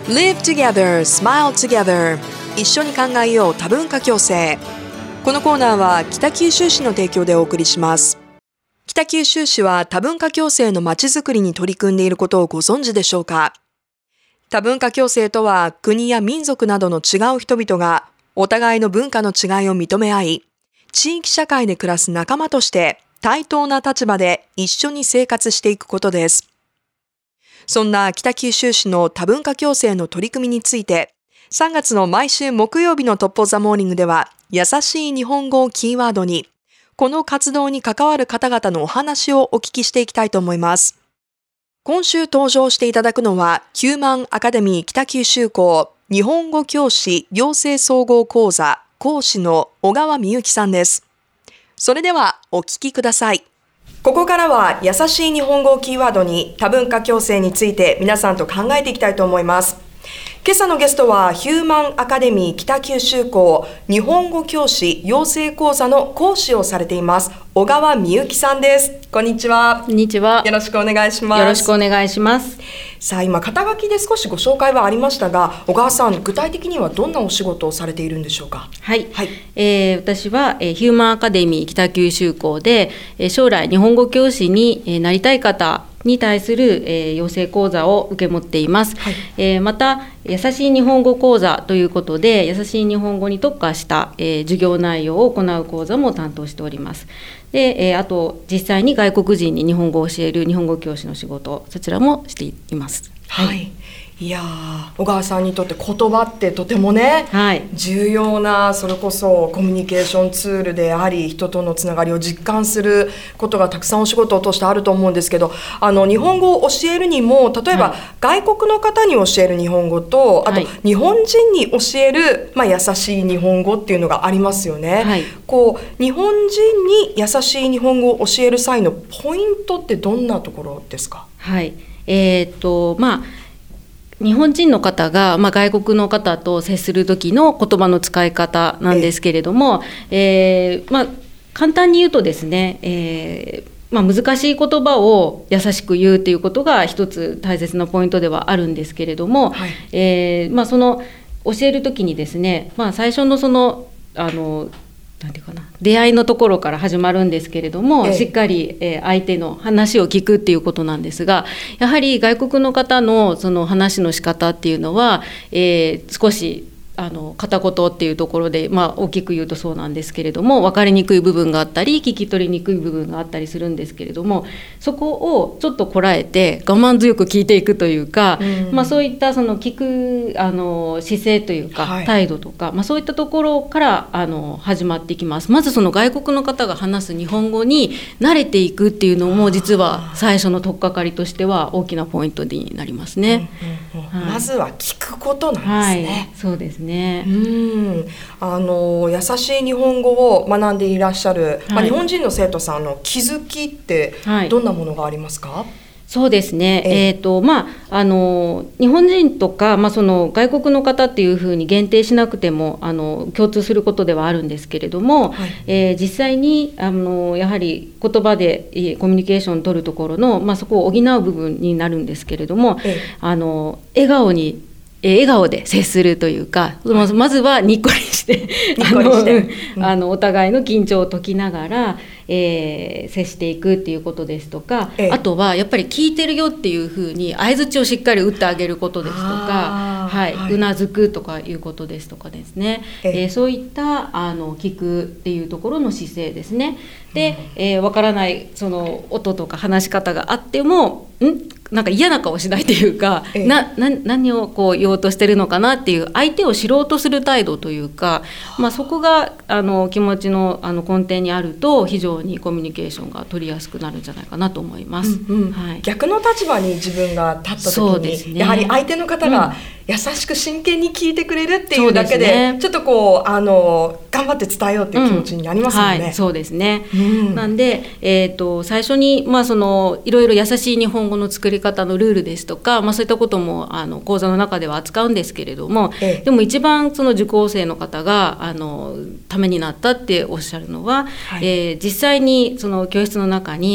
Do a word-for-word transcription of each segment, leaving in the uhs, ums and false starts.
Live together, smile together 一緒に考えよう多文化共生。このコーナーは北九州市の提供でお送りします。北九州市は多文化共生のまちづくりに取り組んでいることをご存知でしょうか。多文化共生とは国や民族などの違う人々がお互いの文化の違いを認め合い、地域社会で暮らす仲間として対等な立場で一緒に生活していくことです。そんな北九州市の多文化共生の取り組みについて、さんがつの毎週木曜日のトップオブザモーニングでは、優しい日本語をキーワードに、この活動に関わる方々のお話をお聞きしていきたいと思います。今週登場していただくのは、ヒューマンアカデミー北九州校日本語教師養成総合講座講師の小川美幸さんです。それではお聞きください。ここからは優しい日本語をキーワードに多文化共生について皆さんと考えていきたいと思います。今朝のゲストはヒューマンアカデミー北九州校日本語教師養成講座の講師をされています小川美幸さんです。こんにちは。 こんにちは。 よろしくお願いします。 よろしくお願いします。 さあ今肩書きで少しご紹介はありましたが、小川さん具体的にはどんなお仕事をされているんでしょうか。 はい、はいえー、私は、えー、ヒューマンアカデミー北九州校で、えー、将来日本語教師に、えー、なりたい方に対する、えー、養成講座を受け持っています。はいえー、また優しい日本語講座ということで優しい日本語に特化した、えー、授業内容を行う講座も担当しております。で、えー、あと実際に外国人に日本語を教える日本語教師の仕事、そちらもしています。 はい、はいいやー小川さんにとって言葉ってとてもね、はい、重要なそれこそコミュニケーションツールであり人とのつながりを実感することがたくさんお仕事を通してあると思うんですけど、あの日本語を教えるにも例えば、はい、外国の方に教える日本語とあと、はい、日本人に教える、まあ、優しい日本語っていうのがありますよね。はい、こう日本人に優しい日本語を教える際のポイントってどんなところですか。 はいえーっとまあ日本人の方が、まあ、外国の方と接する時の言葉の使い方なんですけれども、えーまあ、簡単に言うとですね、えーまあ、難しい言葉を優しく言うということが一つ大切なポイントではあるんですけれども、はいえーまあ、その教える時にですね、まあ、最初のそのあのなんていうかな、出会いのところから始まるんですけれども、ええ、しっかり、えー、相手の話を聞くっていうことなんですが、やはり外国の方のその話の仕方っていうのは、えー、少しあの片言っていうところで、まあ、大きく言うとそうなんですけれども分かりにくい部分があったり聞き取りにくい部分があったりするんですけれども、そこをちょっとこらえて我慢強く聞いていくというか、うんまあ、そういったその聞くあの姿勢というか、はい、態度とか、まあ、そういったところからあの始まっていきます。まずその外国の方が話す日本語に慣れていくっていうのも実は最初の取っかかりとしては大きなポイントになりますね。 うんうんうんはい、まずは聞くことなんですね。 はい、そうですね。 うんあの優しい日本語を学んでいらっしゃる、はいまあ、日本人の生徒さんの気づきってどんなものがありますか。はいそうですね、えーとまあ、あの日本人とか、まあ、その外国の方っていうふうに限定しなくてもあの共通することではあるんですけれども、はいえー、実際にあのやはり言葉でコミュニケーションを取るところの、まあ、そこを補う部分になるんですけれども、えー、あの笑顔に笑顔で接するというか、はい、まずはにっこりしてにっこりして、 あの、うん、あのお互いの緊張を解きながら、えー、接していくっていうことですとか、ええ、あとはやっぱり聞いてるよっていうふうに相槌をしっかり打ってあげることですとか、はいはい、うなずくとかいうことですとかですね、えええー、そういったあの聞くっていうところの姿勢ですね。で、えー、分からないその音とか話し方があってもんなんか嫌な顔しないというか、ええ、なな何をこう言おうとしてるのかなっていう相手を知ろうとする態度というか、まあ、そこがあの気持ち の, あの根底にあると非常にコミュニケーションが取りやすくなるんじゃないかなと思います。 うんうんはい、逆の立場に自分が立った時に、ね、やはり相手の方が優しく真剣に聞いてくれるっていうだけ で, で、ね、ちょっとこうあの頑張って伝えようっていう気持ちになりますよね。 うんはい、そうですね。うん、なんで、えー、と最初に、まあ、そのいろいろ優しい日本語の作り方のルールですとか、まあ、そういったこともあの講座の中では扱うんですけれども、ええ、でも一番その受講生の方があのためになったっておっしゃるのは、はいえー、実際にその教室の中に、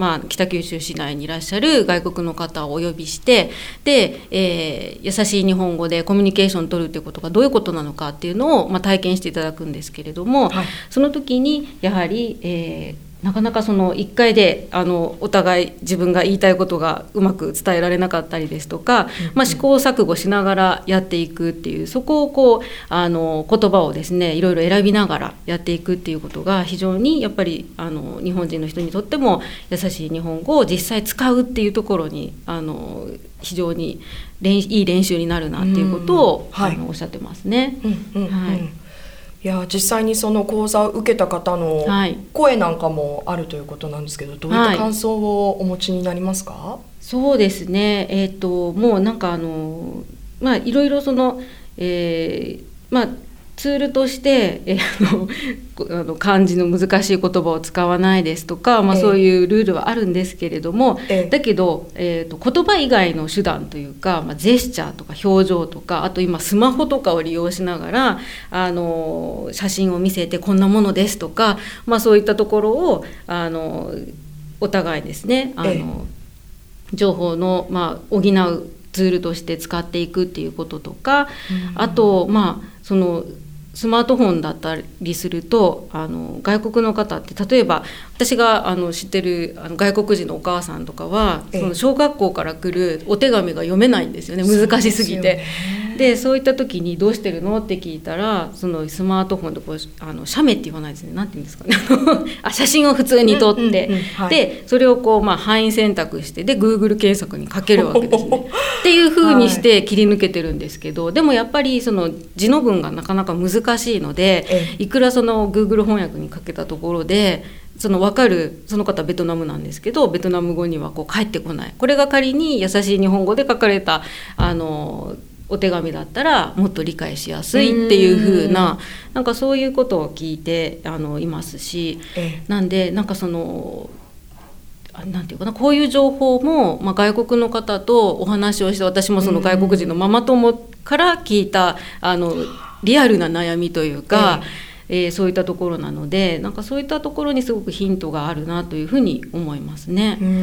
まあ、北九州市内にいらっしゃる外国の方をお呼びしてで、えー、優しい日本語でコミュニケーションを取るということがどういうことなのかっていうのを、まあ、体験していただくんですけれども、はい、その時にやはり、えーなかなかそのいっかいであのお互い自分が言いたいことがうまく伝えられなかったりですとか、うんうんまあ、試行錯誤しながらやっていくっていうそこをこうあの言葉をですねいろいろ選びながらやっていくっていうことが非常にやっぱりあの日本人の人にとっても優しい日本語を実際使うっていうところにあの非常に練いい練習になるなっていうことを、うんはい、あのおっしゃってますね。 うんうんうんはいいや実際にその講座を受けた方の声なんかもあるということなんですけど、はい、どういった感想をお持ちになりますか？はい、 そうですね、えーと、もうなんかあのまあいろいろその、えー、まあツールとして、えー、あのあの漢字の難しい言葉を使わないですとか、まあ、そういうルールはあるんですけれども、えー、だけど、えーと、言葉以外の手段というか、まあ、ジェスチャーとか表情とかあと今スマホとかを利用しながらあの写真を見せてこんなものですとか、まあ、そういったところをあのお互いですねあの、えー、情報の、まあ、補うツールとして使っていくっていうこととか、うん、あとまあそのスマートフォンだったりするとあの外国の方って例えば私があの知ってるあの外国人のお母さんとかはその小学校から来るお手紙が読めないんですよね難しすぎて。でそういった時にどうしてるのって聞いたらそのスマートフォンでこうあの写メって言わないですねなんて言うんですかねあ写真を普通に撮って、うんうんうんはい、でそれをこう、まあ、範囲選択してで Google 検索にかけるわけですねっていう風にして切り抜けてるんですけど、はい、でもやっぱりその字の文がなかなか難しいのでいくらその Google 翻訳にかけたところでその分かるその方はベトナムなんですけどベトナム語にはこう返ってこないこれが仮に優しい日本語で書かれたあのお手紙だったらもっと理解しやすいっていう風ななんかそういうことを聞いてあのいますし、ええ、なんでなんかそのなんていうかなこういう情報も、まあ、外国の方とお話をして私もその外国人のママ友から聞いたあのリアルな悩みというか、えええー、そういったところなのでなんかそういったところにすごくヒントがあるなというふうに思いますね。うん、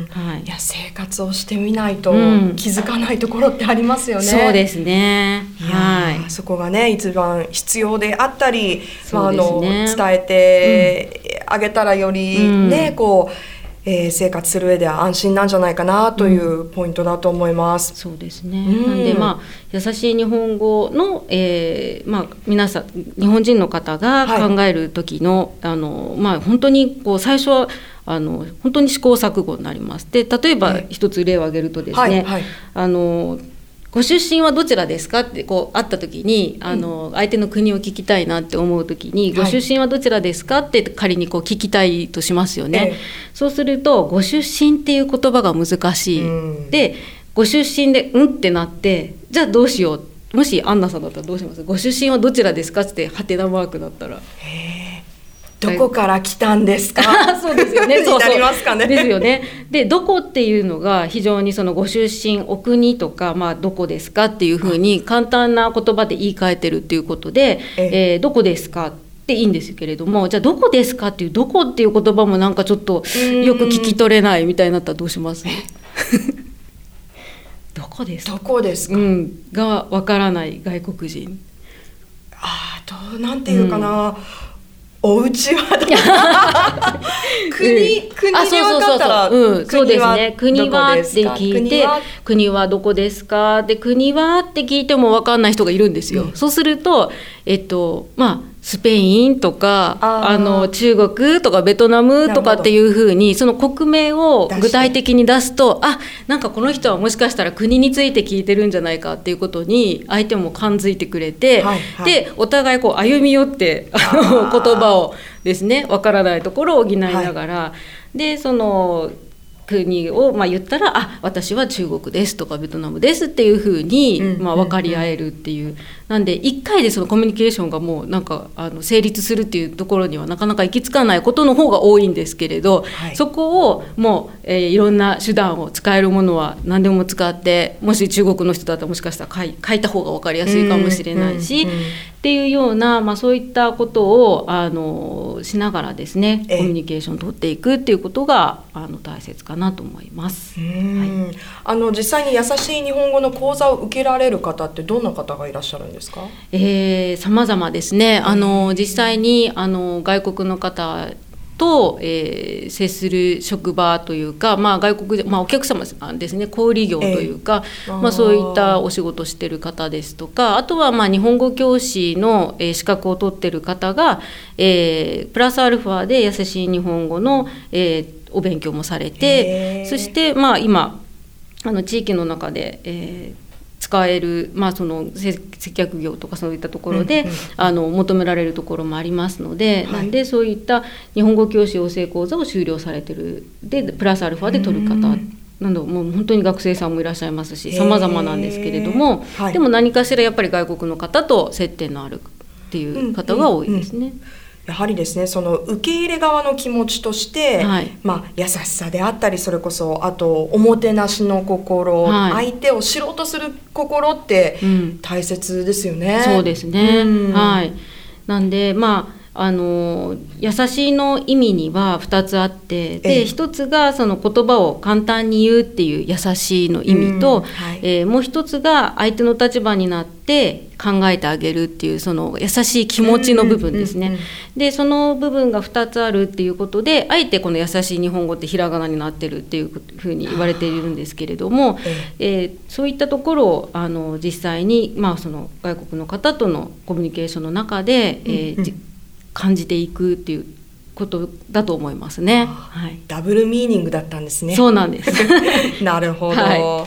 はい、いや生活をしてみないと気づかないところってありますよね。 うん、そうですね、 はい、そこがね一番必要であったり、まあ、あの伝えてあげたらよりね、うん、こうえー、生活する上では安心なんじゃないかなというポイントだと思います。 うん、そうですね、うん、なんでまあ優しい日本語の、えーまあ、皆さん日本人の方が考える時の、はい、あのまあ、本当にこう最初はあの本当に試行錯誤になります。で例えば一つ例を挙げるとですね、はいはい、あのご出身はどちらですかってこう会った時にあの相手の国を聞きたいなって思う時に、うん、ご出身はどちらですかって仮にこう聞きたいとしますよね、ええ、そうするとご出身っていう言葉が難しい、うん、でご出身でうんってなってじゃあどうしようもしアンナさんだったらどうします？ご出身はどちらですかってハテナマークだったらへどこから来たんですかそうですよねそうそうなりますかねですよね。でどこっていうのが非常にそのご出身お国とか、まあ、どこですかっていうふうに簡単な言葉で言い換えてるっていうことで、ええー、どこですかっていいんですけれどもじゃあどこですかっていうどこっていう言葉もなんかちょっとよく聞き取れないみたいになったらどうしますどこですかどこですか、 うん、がわからない外国人あどうなんていうかな、うんお家はどこ国、うん、国に分かったらうん、そうですね国はって聞いて国はどこですかで国はって聞いても分かんない人がいるんですよ、うん、そうするとえっとまあスペインとか あ, あの中国とかベトナムとかっていうふうにその国名を具体的に出すとあなんかこの人はもしかしたら国について聞いてるんじゃないかっていうことに相手も感づいてくれて、はいはい、でお互いこう歩み寄ってあの言葉をですねわからないところを補いながら、はい、でその国をまあ言ったらあ私は中国ですとかベトナムですっていうふうにまあ分かり合えるっていう、うんうんうん、なんでいっかいでそのコミュニケーションがもうなんかあの成立するっていうところにはなかなか行き着かないことの方が多いんですけれど、はい、そこをもう、えー、いろんな手段を使えるものは何でも使ってもし中国の人だったらもしかしたら書い、書いた方が分かりやすいかもしれないし、うんうんうん、 っていうような、まあ、そういったことをあのしながらですね、コミュニケーションを取っていくっていうことがあの大切かなと思います。 うん、はい、あの実際に優しい日本語の講座を受けられる方ってどんな方がいらっしゃるんですか？ えー、様々ですね。あの実際にあの外国の方と、えー、接する職場というか、まあ、外国、まあ、お客様ですね、小売業というか、えーまあ、そういったお仕事してる方ですとか、あとはまあ日本語教師の、えー、資格を取ってる方が、えー、プラスアルファで優しい日本語の、えー、お勉強もされて、そしてまあ今あの地域の中で、えー使える、まあ、その接客業とかそういったところで、うんうん、あの求められるところもありますので、はい、なんでそういった日本語教師養成講座を修了されてるでプラスアルファで取る方などもう本当に学生さんもいらっしゃいますし様々なんですけれども、はい、でも何かしらやっぱり外国の方と接点のあるっていう方が多いですね。うんうんうん、 やはりですね、その受け入れ側の気持ちとして、はい、まあ、優しさであったり、それこそあとおもてなしの心、はい、相手を知ろうとする心って大切ですよね。 うん、そうですね、うん、はい、なんでまああの優しいの意味にはふたつあって、でひとつがその言葉を簡単に言うっていう優しいの意味と、うん、はい、えー、もうひとつが相手の立場になって考えてあげるっていうその優しい気持ちの部分ですね。うんうんうんうん、でその部分がふたつあるっていうことで、あえてこの優しい日本語ってひらがなになってるっていうふうに言われているんですけれども、えー、そういったところをあの実際に、まあ、その外国の方とのコミュニケーションの中で、えーうんうん、感じていくっていうことだと思いますね。はい、 ダブルミーニングだったんですね。 そうなんですなるほど、はい、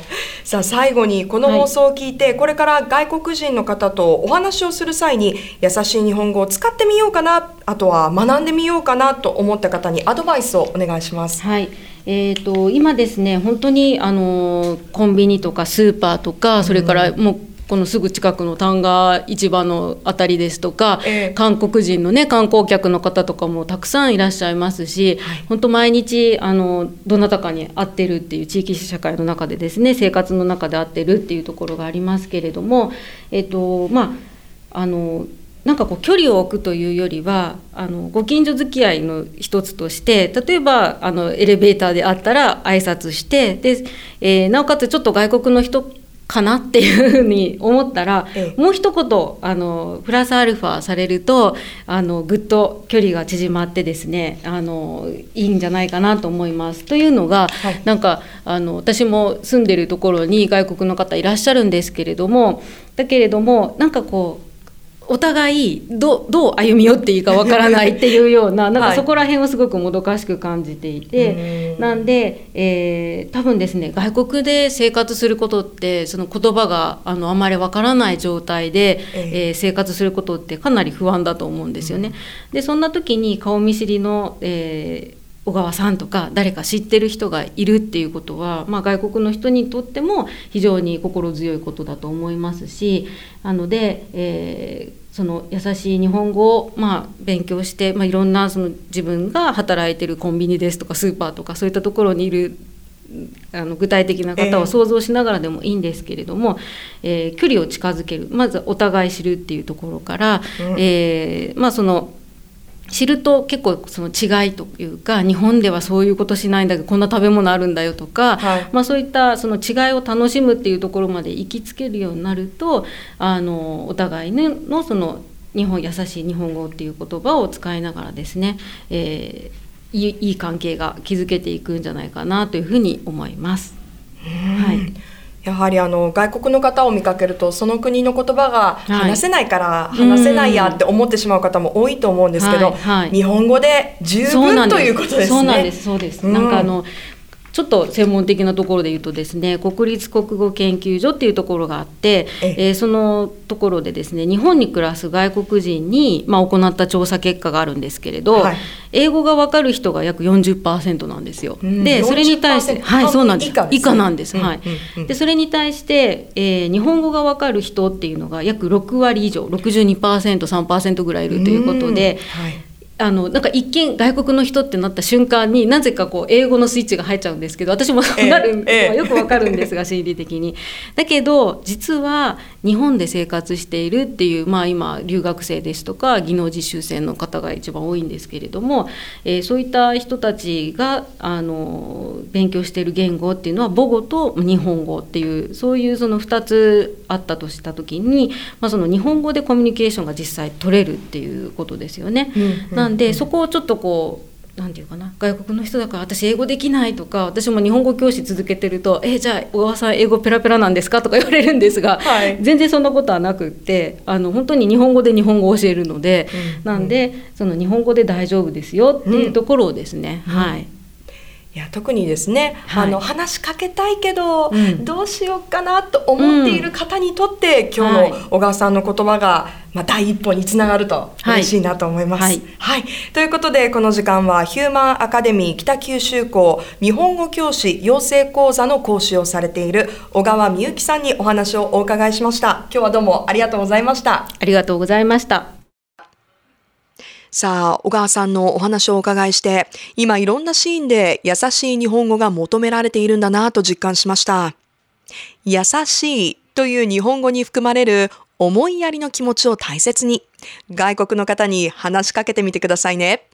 さあ最後にこの放送を聞いて、はい、これから外国人の方とお話をする際に優しい日本語を使ってみようかな、あとは学んでみようかなと思った方にアドバイスをお願いします。 はい、えーと、今ですね、本当にあのコンビニとかスーパーとか、それからもうこのすぐ近くの旦過市場のあたりですとか、えー、韓国人の、ね、観光客の方とかもたくさんいらっしゃいますし、はい、本当毎日あのどなたかに会ってるっていう地域社会の中でですね、生活の中で会ってるっていうところがありますけれども、えっとまああのなんかこう距離を置くというよりは、あのご近所付き合いの一つとして、例えばあのエレベーターであったら挨拶して、で、えー、なおかつちょっと外国の人かなっていうふうに思ったら、ええ、もう一言あのプラスアルファされるとあのぐっと距離が縮まってですね、あのいいんじゃないかなと思います。というのが、はい、なんかあの私も住んでるところに外国の方いらっしゃるんですけれども、だけれどもなんかこうお互い ど, どう歩み寄っていいかわからないっていうようななんかそこら辺をすごくもどかしく感じていて、はい、なんで、えー、多分ですね、外国で生活することってその言葉が あ, のあまりわからない状態で、えー、生活することってかなり不安だと思うんですよね。でそんな時に顔見知りの、えー小川さんとか誰か知ってる人がいるっていうことは、まあ、外国の人にとっても非常に心強いことだと思いますし、なので、えー、その優しい日本語を、まあ、勉強して、まあ、いろんなその自分が働いてるコンビニですとかスーパーとかそういったところにいるあの具体的な方を想像しながらでもいいんですけれども、えー、距離を近づける、まずお互い知るっていうところから、うんえーまあ、その知ると結構その違いというか、日本ではそういうことしないんだけどこんな食べ物あるんだよとか、はいまあ、そういったその違いを楽しむっていうところまで行きつけるようになると、あのお互いのその日本優しい日本語っていう言葉を使いながらですね、えー、いい、いい関係が築けていくんじゃないかなというふうに思います。はいやはりあの外国の方を見かけるとその国の言葉が話せないから話せないやって思ってしまう方も多いと思うんですけど、はいはい、日本語で十分ということですね。 そうなんです、そうです、そうです、うん、なんかあのちょっと専門的なところで言うとですね、国立国語研究所っていうところがあって、えー、そのところでですね、日本に暮らす外国人に、まあ、行った調査結果があるんですけれど、はい、英語が分かる人が約 よんじゅっパーセント なんですよ。でそれに対して、はい、そうなんです、以下なんです、はいうんうんうん、でそれに対して、えー、日本語が分かる人っていうのが約ろくわり以上 ろくじゅうにパーセント、さんパーセント ぐらいいるということで、はいあのなんか一見外国の人ってなった瞬間になぜかこう英語のスイッチが入っちゃうんですけど、私もそうなるのはよくわかるんですが、心理的にだけど実は日本で生活しているっていう、まあ、今留学生ですとか技能実習生の方が一番多いんですけれども、えー、そういった人たちがあの勉強している言語っていうのは母語と日本語っていうそういうそのふたつあったとした時に、まあ、その日本語でコミュニケーションが実際取れるっていうことですよね、うんうんうん、なんでそこをちょっとこうなんていうかな、外国の人だから私英語できないとか、私も日本語教師続けてるとえじゃあ小川さん英語ペラペラなんですかとか言われるんですが、はい、全然そんなことはなくってあの本当に日本語で日本語を教えるので、うんうん、なんでその日本語で大丈夫ですよっていうところをですね、うん、はい、 いや特にですね、はい、あの話しかけたいけど、うん、どうしようかなと思っている方にとって、うん、今日の小川さんの言葉が、まあ、第一歩につながると嬉しいなと思います、はいはいはい、ということでこの時間はヒューマンアカデミー北九州校日本語教師養成講座の講師をされている小川美幸さんにお話をお伺いしました。今日はどうもありがとうございました。 ありがとうございました。 さあ、小川さんのお話をお伺いして、今いろんなシーンで優しい日本語が求められているんだなと実感しました。優しいという日本語に含まれる思いやりの気持ちを大切に、外国の方に話しかけてみてくださいね。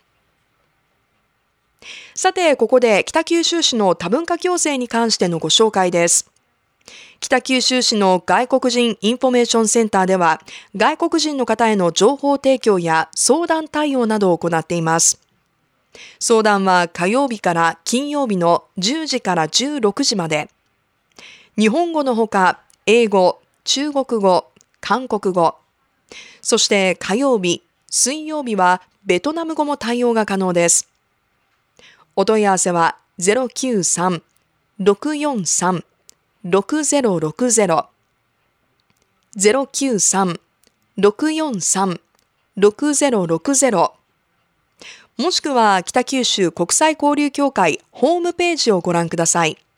さて、ここで北九州市の多文化共生に関してのご紹介です。北九州市の外国人インフォメーションセンターでは、外国人の方への情報提供や相談対応などを行っています。相談は火曜日から金曜日のじゅうじからじゅうろくじまで。日本語のほか、英語、中国語、韓国語。そして火曜日、水曜日はベトナム語も対応が可能です。お問い合わせは ゼロきゅうさん ろくよんさん ろくゼロろくゼロ ゼロきゅうさん ろくよんさん ろくゼロろくゼロもしくは北九州国際交流協会ホームページをご覧ください。